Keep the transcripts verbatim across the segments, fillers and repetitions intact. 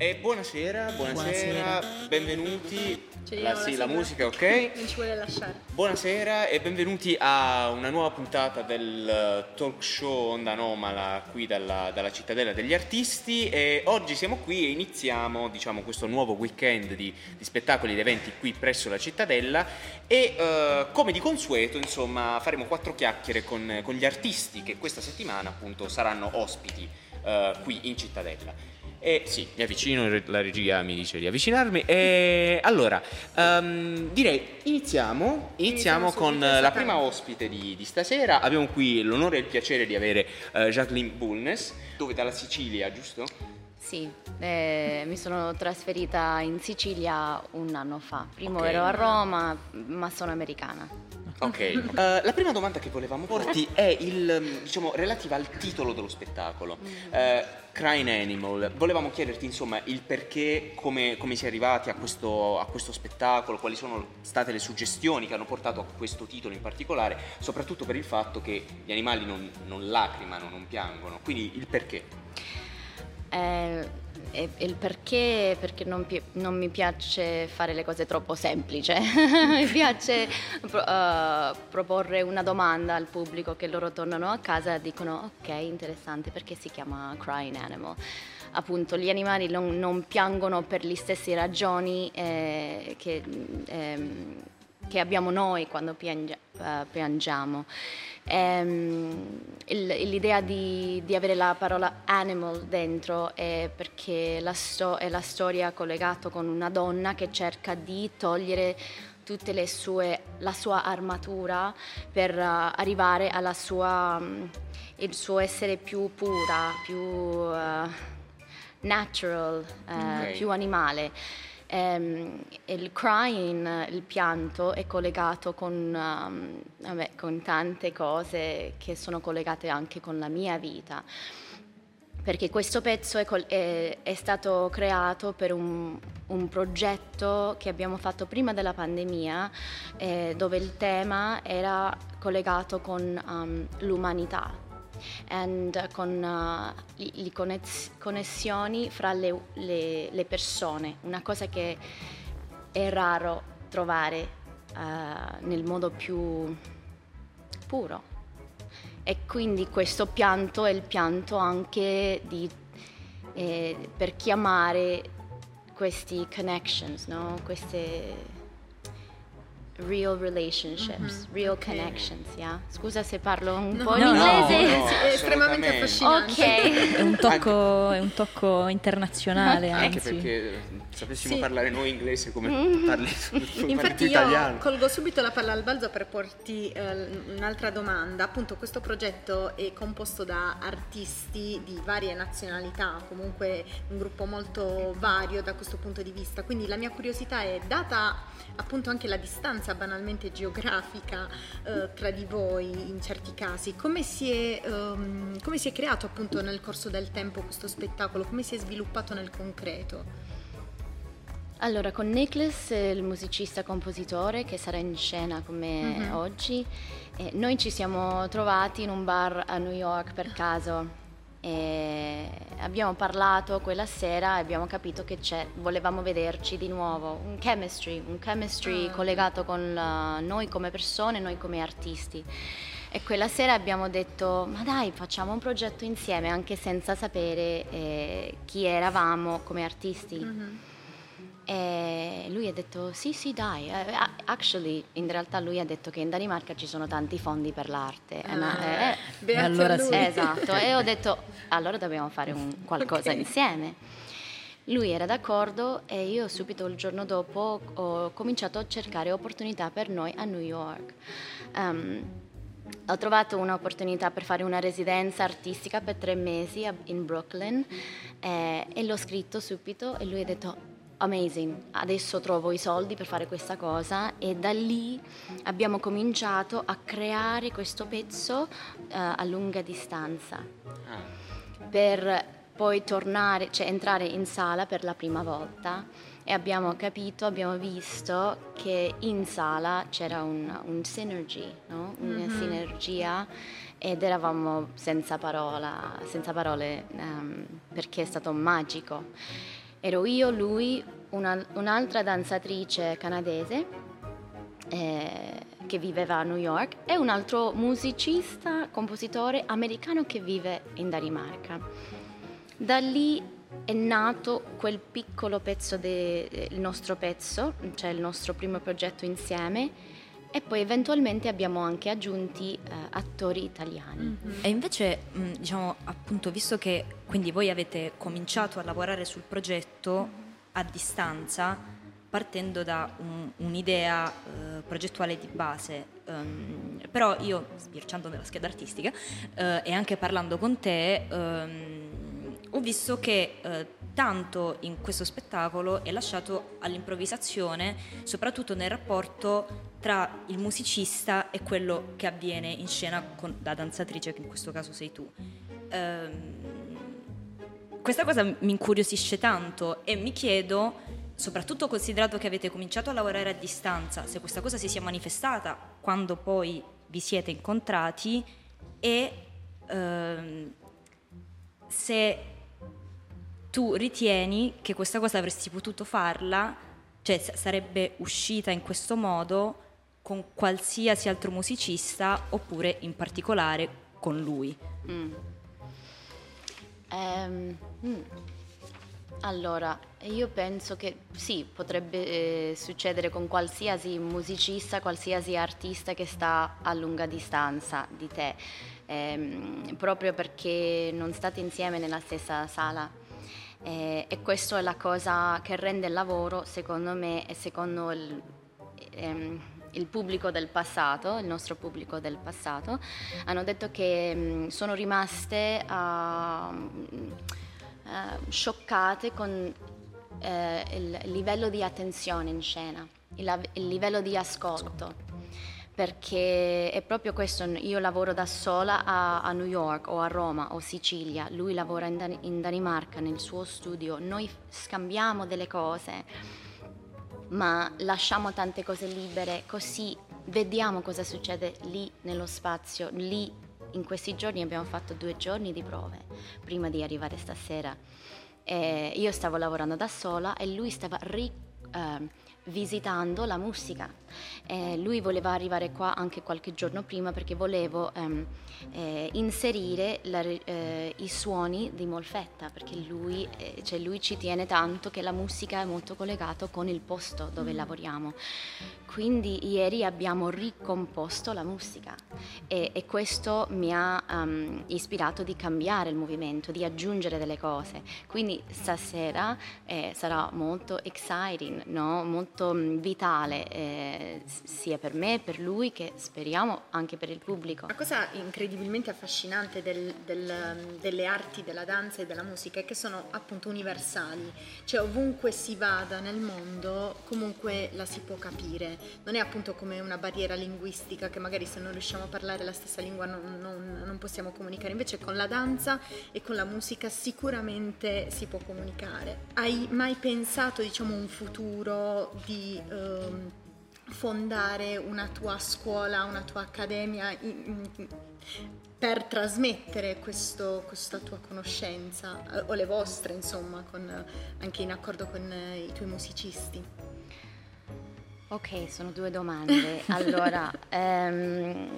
E buonasera, buonasera, Buonasera. benvenuti. Ci La, vediamo sì, la la sigla. musica, ok. Non ci vuole lasciare. Buonasera e benvenuti a una nuova puntata del eh, talk show Onda Anomala qui dalla, dalla Cittadella degli Artisti. E oggi siamo qui e iniziamo, diciamo, questo nuovo weekend di, di spettacoli ed eventi qui presso la Cittadella e eh, come di consueto, insomma, faremo quattro chiacchiere con, con gli artisti che questa settimana appunto saranno ospiti eh, qui in Cittadella. E sì, mi avvicino, la regia mi dice di avvicinarmi. E allora, um, direi iniziamo, iniziamo, Iniziamo con subito, la esattamente. prima ospite di, di stasera. Abbiamo qui l'onore e il piacere di avere uh, Jacqueline Bulnes, dove dalla Sicilia, giusto? Sì, eh, mi sono trasferita in Sicilia un anno fa. Prima Ok. ero a Roma, ma sono americana. Ok. Uh, la prima domanda che volevamo porti è il, um, diciamo, relativa al titolo dello spettacolo. Uh, Crying Animal. Volevamo chiederti, insomma, il perché, come, come si è arrivati a questo, a questo spettacolo, quali sono state le suggestioni che hanno portato a questo titolo in particolare, soprattutto per il fatto che gli animali non, non lacrimano, non piangono. Quindi il perché. Eh, e- e il perché? Perché non, pi- non mi piace fare le cose troppo semplici. Mi piace pro- eh, proporre una domanda al pubblico che loro tornano a casa e dicono ok, interessante, perché si chiama Crying Animal? Appunto, gli animali non, non piangono per le stesse ragioni eh, che, ehm, che abbiamo noi quando piangia- eh, piangiamo. Ehm, il- l'idea di, di avere la parola animal dentro è perché la sto- è la storia collegata con una donna che cerca di togliere tutte le sue, la sua armatura per uh, arrivare alla sua, um, il suo essere più pura, più uh, natural, uh, Ok. più animale. Ehm, il crying, il pianto, è collegato con, um, vabbè, con tante cose che sono collegate anche con la mia vita, perché questo pezzo è, col- è- è stato creato per un, un progetto che abbiamo fatto prima della pandemia, eh, dove il tema era collegato con um, l'umanità e con uh, le conness- connessioni fra le, le- le persone, una cosa che è raro trovare uh, nel modo più puro. E quindi questo pianto è il pianto anche di, eh, per chiamare questi connections, no? Queste real relationships, Mhm, real ok. connections, yeah? Scusa se parlo un No, po' in no, inglese. no, è estremamente assolutamente. affascinante. Ok. È un tocco, è un tocco internazionale, Anche anzi. perché sapessimo Sì. parlare noi inglese come parli, come parli Infatti tu io italiano. colgo subito la palla al balzo per porti eh, un'altra domanda. Appunto, questo progetto è composto da artisti di varie nazionalità, comunque un gruppo molto vario da questo punto di vista. Quindi la mia curiosità è, data appunto anche la distanza banalmente geografica eh, tra di voi in certi casi, come si è, ehm, come si è creato appunto nel corso del tempo questo spettacolo, come si è sviluppato nel concreto? Allora, con Nicholas, il musicista compositore che sarà in scena con me Mhm. oggi, eh, noi ci siamo trovati in un bar a New York per caso. E abbiamo parlato quella sera e abbiamo capito che c'è, volevamo vederci di nuovo, un chemistry, un chemistry Ah. collegato con la- noi come persone, noi come artisti. E quella sera abbiamo detto, ma dai, facciamo un progetto insieme, anche senza sapere eh, chi eravamo come artisti. Mhm. E lui ha detto sì sì dai. Eh, a- actually in realtà lui ha detto che in Danimarca ci sono tanti fondi per l'arte. E na- Ah, eh, beato E allora a lui. sì. esatto, e ho detto allora dobbiamo fare un qualcosa Ok. insieme. Lui era d'accordo e io subito il giorno dopo ho cominciato a cercare opportunità per noi a New York. Um, ho trovato un'opportunità per fare una residenza artistica per tre mesi a- in Brooklyn eh, e l'ho scritto subito e lui ha detto amazing, adesso trovo i soldi per fare questa cosa, e da lì abbiamo cominciato a creare questo pezzo eh, a lunga distanza Ah. per poi tornare, cioè entrare in sala per la prima volta, e abbiamo capito, abbiamo visto che in sala c'era un, un synergy, no? Una Mhm. sinergia, ed eravamo senza parola, senza parole, ehm, perché è stato magico. ero io, lui, una, un'altra danzatrice canadese eh, che viveva a New York e un altro musicista, compositore americano che vive in Danimarca. Da lì è nato quel piccolo pezzo del nostro pezzo, cioè il nostro primo progetto insieme, e poi eventualmente abbiamo anche aggiunti eh, attori italiani. Mm-hmm. E invece, mh, diciamo, appunto, visto che quindi voi avete cominciato a lavorare sul progetto a distanza, partendo da un, un'idea eh, progettuale di base, um, però io, sbirciando nella scheda artistica eh, e anche parlando con te, um, ho visto che eh, tanto in questo spettacolo è lasciato all'improvvisazione, soprattutto nel rapporto tra il musicista e quello che avviene in scena con la danzatrice, che in questo caso sei tu. Ehm, questa cosa mi incuriosisce tanto e mi chiedo, soprattutto considerato che avete cominciato a lavorare a distanza, se questa cosa si sia manifestata quando poi vi siete incontrati e ehm, se tu ritieni che questa cosa avresti potuto farla, cioè sarebbe uscita in questo modo con qualsiasi altro musicista oppure in particolare con lui. Mm. Um, mm. Allora, io penso che sì, potrebbe eh, succedere con qualsiasi musicista, qualsiasi artista che sta a lunga distanza di te, ehm, proprio perché non state insieme nella stessa sala. Eh, e questa è la cosa che rende il lavoro, secondo me, e secondo il... Ehm, il pubblico del passato, il nostro pubblico del passato, hanno detto che mh, sono rimaste uh, uh, scioccate con uh, il livello di attenzione in scena, il, il livello di ascolto, perché è proprio questo. Io lavoro da sola a, a New York o a Roma o Sicilia, lui lavora in, Dan- in Danimarca nel suo studio, noi scambiamo delle cose, ma lasciamo tante cose libere, così vediamo cosa succede lì nello spazio. Lì in questi giorni abbiamo fatto due giorni di prove prima di arrivare stasera. E io stavo lavorando da sola e lui stava ri, eh, visitando la musica. E lui voleva arrivare qua anche qualche giorno prima perché volevo ehm, eh, inserire la, eh, i suoni di Molfetta, perché lui, eh, cioè lui ci tiene tanto che la musica è molto collegata con il posto dove mm. lavoriamo. Quindi ieri abbiamo ricomposto la musica e, e questo mi ha um, ispirato di cambiare il movimento, di aggiungere delle cose. Quindi stasera eh, sarà molto exciting, no? Molto um, vitale, eh, sia per me, per lui, che speriamo anche per il pubblico. La cosa incredibilmente affascinante del, del, delle arti, della danza e della musica è che sono appunto universali, cioè ovunque si vada nel mondo comunque la si può capire. Non è appunto come una barriera linguistica che magari se non riusciamo a parlare la stessa lingua non, non, non possiamo comunicare. Invece con la danza e con la musica sicuramente si può comunicare. Hai mai pensato, diciamo, un futuro di ehm, fondare una tua scuola, una tua accademia in, in, per trasmettere questo, questa tua conoscenza, o le vostre, insomma, con, anche in accordo con i tuoi musicisti? Ok, sono due domande. Allora, ehm,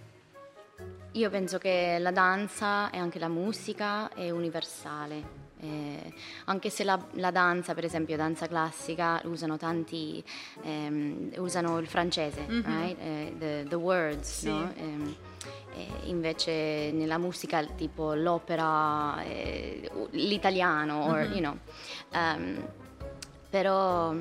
io penso che la danza e anche la musica è universale. Eh, anche se la, la danza, per esempio danza classica, usano tanti, ehm, usano il francese, mm-hmm. right? eh, the, the words, sì. No? Eh, eh, invece nella musica tipo l'opera, eh, l'italiano, or, mm-hmm. you know, um, però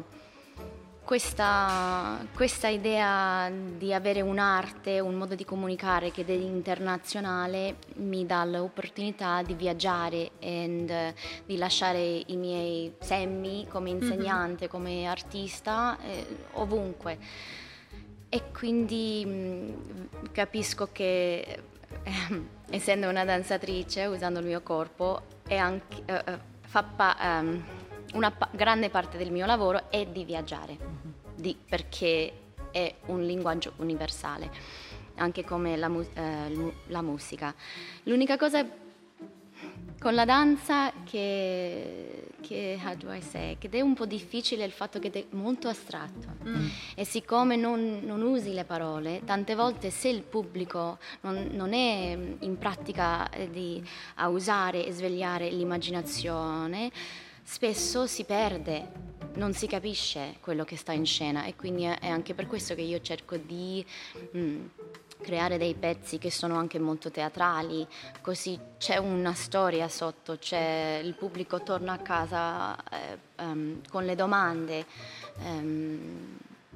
Questa, questa idea di avere un'arte, un modo di comunicare che è internazionale mi dà l'opportunità di viaggiare e uh, di lasciare i miei semmi come insegnante, mm-hmm. come artista, eh, ovunque. E quindi mh, capisco che eh, essendo una danzatrice, usando il mio corpo, è anche, uh, fa pa- um, una pa- grande parte del mio lavoro è di viaggiare, di, perché è un linguaggio universale, anche come la, mu- eh, la musica. L'unica cosa con la danza che, che che, how do I say, che è un po' difficile il fatto che è molto astratto mm. e siccome non, non usi le parole, tante volte se il pubblico non, non è in pratica di, a usare e svegliare l'immaginazione, spesso si perde, non si capisce quello che sta in scena, e quindi è anche per questo che io cerco di mm, creare dei pezzi che sono anche molto teatrali, così c'è una storia sotto, c'è, il pubblico torna a casa eh, um, con le domande. Um,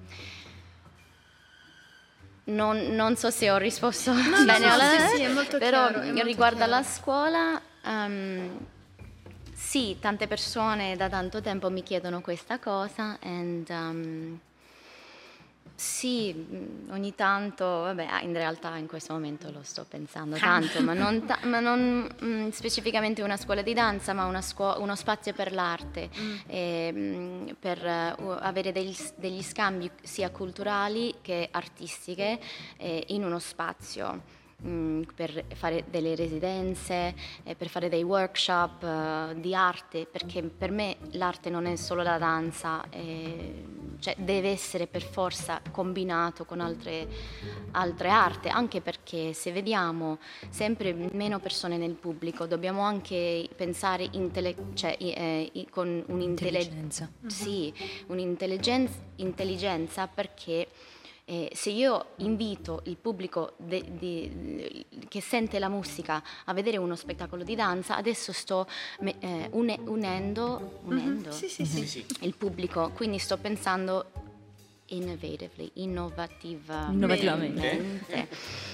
non, non so se ho risposto no, bene, no, alla, sì, sì, è molto però chiaro, è molto riguardo chiaro. alla scuola, um, sì, tante persone da tanto tempo mi chiedono questa cosa, and um, sì, ogni tanto, vabbè, in realtà in questo momento lo sto pensando tanto, ma non, ta- ma non mh, specificamente una scuola di danza, ma una scuo- uno spazio per l'arte, mm. e, mh, per uh, avere degli, degli scambi sia culturali che artistiche eh, in uno spazio. Per fare delle residenze, eh, per fare dei workshop uh, di arte, perché per me l'arte non è solo la danza, eh, cioè deve essere per forza combinato con altre, altre arti, anche perché se vediamo sempre meno persone nel pubblico dobbiamo anche pensare intele- cioè, eh, con un'intelligenza, sì, un'intelligenza intelligenza perché Eh, se io invito il pubblico de, de, che sente la musica a vedere uno spettacolo di danza, adesso sto me, eh, une, unendo, unendo mm-hmm. sì, sì, sì, sì. il pubblico, quindi sto pensando innovatively, innovativamente. innovativamente.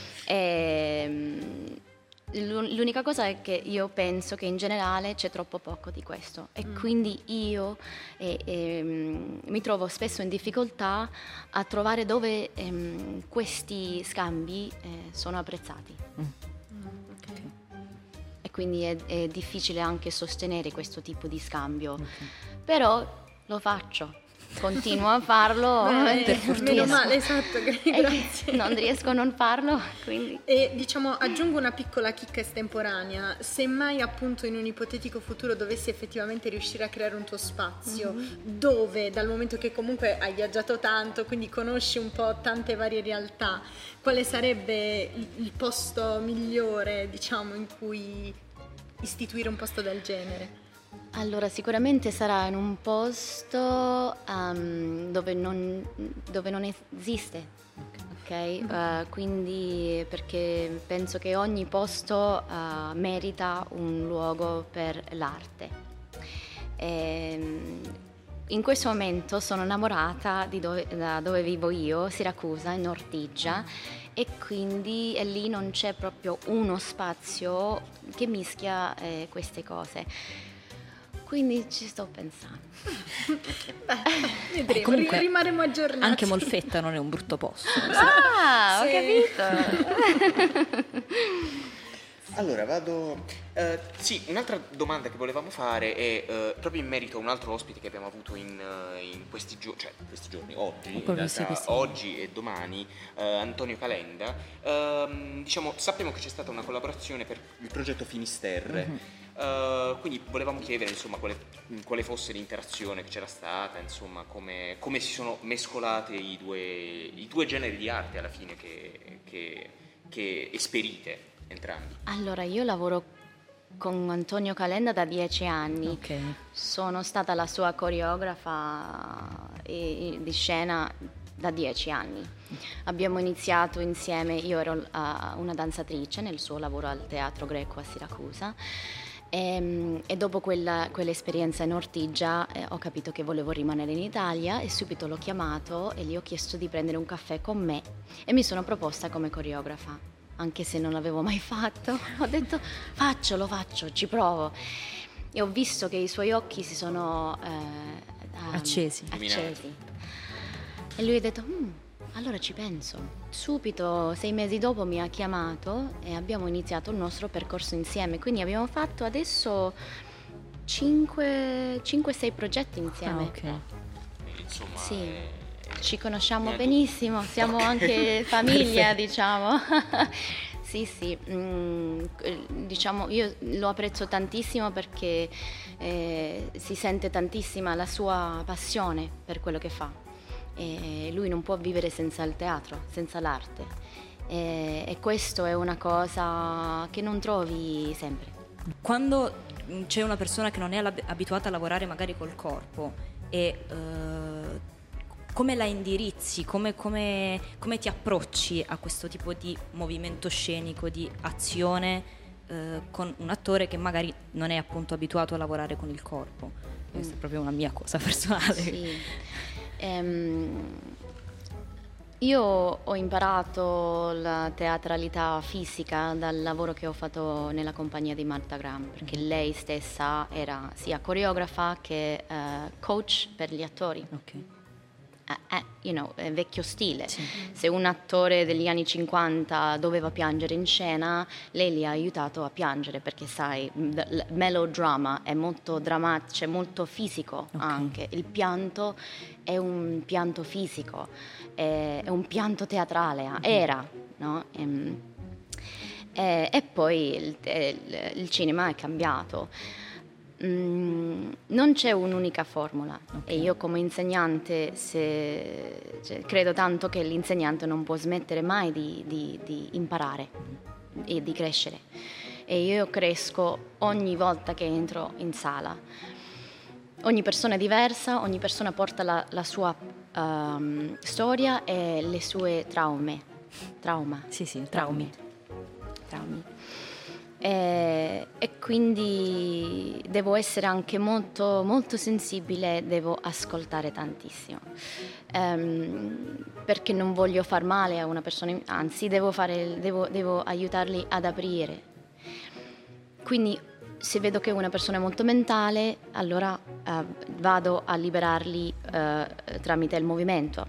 E, l'unica cosa è che io penso che in generale c'è troppo poco di questo e mm. quindi io eh, eh, mi trovo spesso in difficoltà a trovare dove eh, questi scambi eh, sono apprezzati. Mm. Okay. E quindi è, è difficile anche sostenere questo tipo di scambio, okay. Però lo faccio. Continuo a farlo. Beh, per fortuna. Meno male, esatto, grazie. Non riesco a non farlo, quindi. E diciamo, aggiungo una piccola chicca estemporanea. Se mai appunto in un ipotetico futuro dovessi effettivamente riuscire a creare un tuo spazio, mm-hmm. dove, dal momento che comunque hai viaggiato tanto, quindi conosci un po' tante varie realtà, quale sarebbe il posto migliore, diciamo, in cui istituire un posto del genere? Allora, sicuramente sarà in un posto um, dove, non, dove non esiste, ok? Uh, quindi perché penso che ogni posto uh, merita un luogo per l'arte. E, in questo momento sono innamorata di dove, da dove vivo io, Siracusa, in Ortigia, e quindi e lì non c'è proprio uno spazio che mischia eh, queste cose. Quindi ci sto pensando. Beh, vedremo, eh, comunque, rimarremo aggiornati. Anche Molfetta non è un brutto posto. Ah, sì. Ho capito. Allora, vado... Uh, sì, un'altra domanda che volevamo fare è uh, proprio in merito a un altro ospite che abbiamo avuto in, uh, in questi giorni, cioè questi giorni, oggi, in realtà, oggi e domani, uh, Antonio Calenda. Uh, diciamo, sappiamo che c'è stata una collaborazione per il progetto Finisterre. Mm-hmm. Uh, quindi volevamo chiedere insomma quale, quale fosse l'interazione che c'era stata, insomma come, come si sono mescolate i due, i due generi di arte alla fine che, che, che esperite entrambi. Allora, io lavoro con Antonio Calenda da dieci anni, okay. Sono stata la sua coreografa e, e di scena da dieci anni. Abbiamo iniziato insieme, io ero uh, una danzatrice nel suo lavoro al Teatro Greco a Siracusa. E, e dopo quella, quell'esperienza in Ortigia eh, ho capito che volevo rimanere in Italia e subito l'ho chiamato e gli ho chiesto di prendere un caffè con me e mi sono proposta come coreografa, anche se non l'avevo mai fatto. Ho detto faccio, lo faccio, ci provo e ho visto che i suoi occhi si sono eh, um, accesi. accesi e lui ha detto mm, allora ci penso. Subito, sei mesi dopo, mi ha chiamato e abbiamo iniziato il nostro percorso insieme. Quindi abbiamo fatto adesso cinque sei progetti insieme. Ah, okay. Insomma, sì, è... ci conosciamo è benissimo, siamo okay. anche famiglia, diciamo. sì, sì. Mm, diciamo, io lo apprezzo tantissimo perché eh, si sente tantissima la sua passione per quello che fa. E lui non può vivere senza il teatro, senza l'arte. E, e questo è una cosa che non trovi sempre. Quando c'è una persona che non è abituata a lavorare magari col corpo e uh, come la indirizzi, come, come, come ti approcci a questo tipo di movimento scenico, di azione uh, con un attore che magari non è appunto abituato a lavorare con il corpo? Questa mm. è proprio una mia cosa personale. Sì. Um, io ho imparato la teatralità fisica dal lavoro che ho fatto nella compagnia di Martha Graham, perché lei stessa era sia coreografa che uh, coach per gli attori. Okay. Eh, eh, you know, è vecchio stile. Sì. Se un attore degli anni cinquanta doveva piangere in scena, lei li ha aiutato a piangere, perché sai, il melodrama è molto drammatico, c'è molto fisico. Okay. Anche il pianto è un pianto fisico, è, è un pianto teatrale, era, no? E, e, e poi il, il, il cinema è cambiato. Mm, non c'è un'unica formula. Okay. E io come insegnante se, cioè, credo tanto che l'insegnante non può smettere mai di, di, di imparare e di crescere, e io cresco ogni volta che entro in sala. Ogni persona è diversa, ogni persona porta la, la sua um, storia e le sue traume trauma sì sì traumi traumi E, e quindi devo essere anche molto, molto sensibile, devo ascoltare tantissimo, um, perché non voglio far male a una persona, anzi devo, fare, devo, devo aiutarli ad aprire. Quindi se vedo che una persona è molto mentale, allora uh, vado a liberarli uh, tramite il movimento,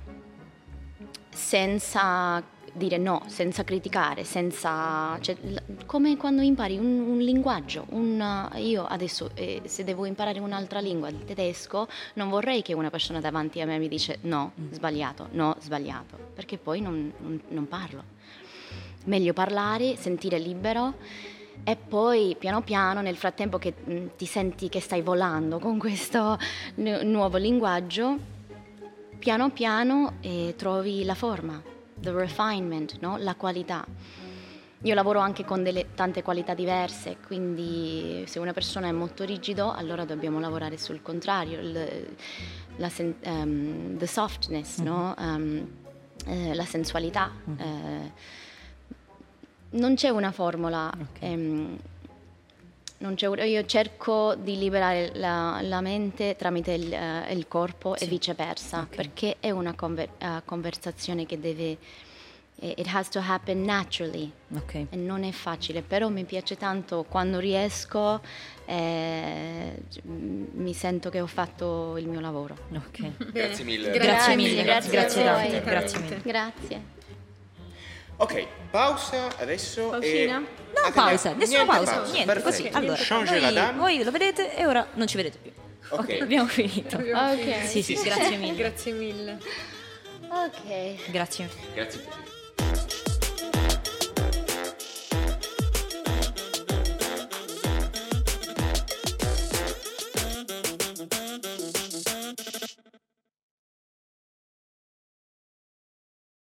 senza dire no, senza criticare, senza, cioè, come quando impari un, un linguaggio. Un, io adesso eh, se devo imparare un'altra lingua, il tedesco, non vorrei che una persona davanti a me mi dice no, sbagliato, no, sbagliato, perché poi non, non, non parlo. Meglio parlare, sentire libero, e poi piano piano, nel frattempo che mh, ti senti che stai volando con questo n- nuovo linguaggio, piano piano eh, trovi la forma, the refinement, no? La qualità. Io lavoro anche con delle, tante qualità diverse, quindi se una persona è molto rigido, allora dobbiamo lavorare sul contrario, il, la sen, um, the softness, mm-hmm. no? um, eh, la sensualità. Mm-hmm. Eh, non c'è una formula. Okay. ehm, non c'è, io cerco di liberare la, la mente tramite il, uh, il corpo, sì. E viceversa, okay. Perché è una conver- uh, conversazione che deve, it has to happen naturally, okay. E non è facile, però mi piace tanto quando riesco, eh, mi sento che ho fatto il mio lavoro. Okay. Grazie mille. Grazie, grazie mille, grazie, grazie, grazie, grazie, grazie mille. Grazie. Ok, pausa adesso. Pausina? E... No, ah, pausa, nessuna pausa, pausa, niente, perfetto. Così. Allora, Change la dame. voi lo vedete e ora non ci vedete più. Ok, okay. Abbiamo finito. Abbiamo okay. finito. Sì, sì, sì, grazie mille. Grazie mille. Ok. Grazie. Grazie.